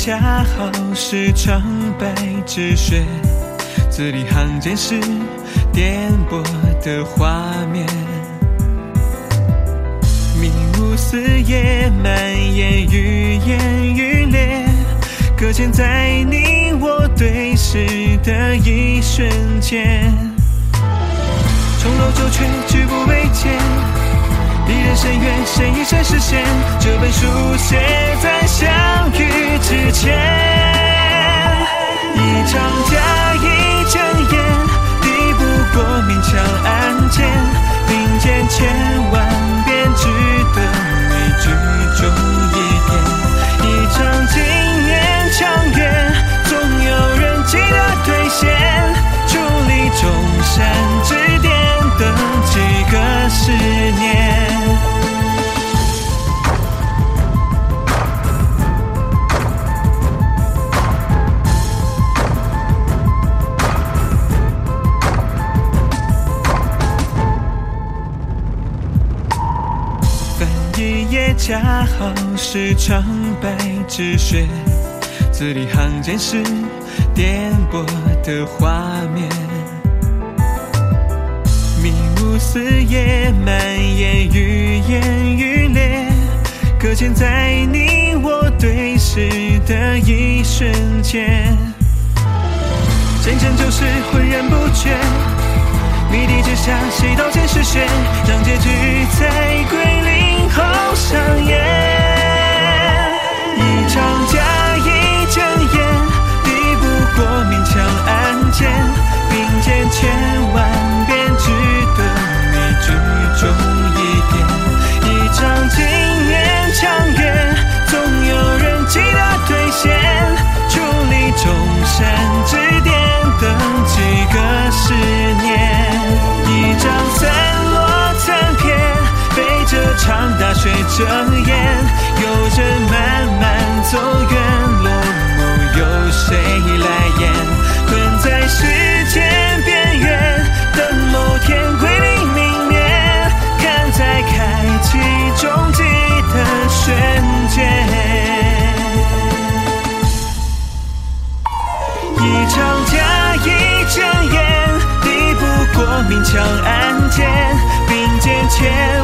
恰好是长白之雪，字里行间是颠簸的画面，迷雾四野蔓延，愈演愈烈，搁浅在你我对视的一瞬间，重楼旧却举步维艰，离人深远，谁一生实现？这本书写在相遇之前。一场假，一睁眼，抵不过勉强案件，并肩千万遍，只得每句中一点。一场经年长远，总有人记得兑现。伫立中山之巅，等几个十年。一页恰好是长白之雪，字里行间是颠簸的画面，迷雾四野蔓延，愈演愈烈，搁浅在你我对视的一瞬间，真正就是浑然不觉，谜底之下谁刀剑实现，让结局在归零后上演。一场假，一睁眼，抵不过勉强案件，并肩千万遍，只得每句中一点。一场经年长远，总有人记得兑现。伫立中山之巅，等几个十年。一张散落残片，被这场大雪遮掩，有人慢慢走远，落幕由谁来演？困在时间边缘，等某天归零明灭，看在开启终极的瞬间。一场假，一睁眼，抵不过勉强案件，并肩千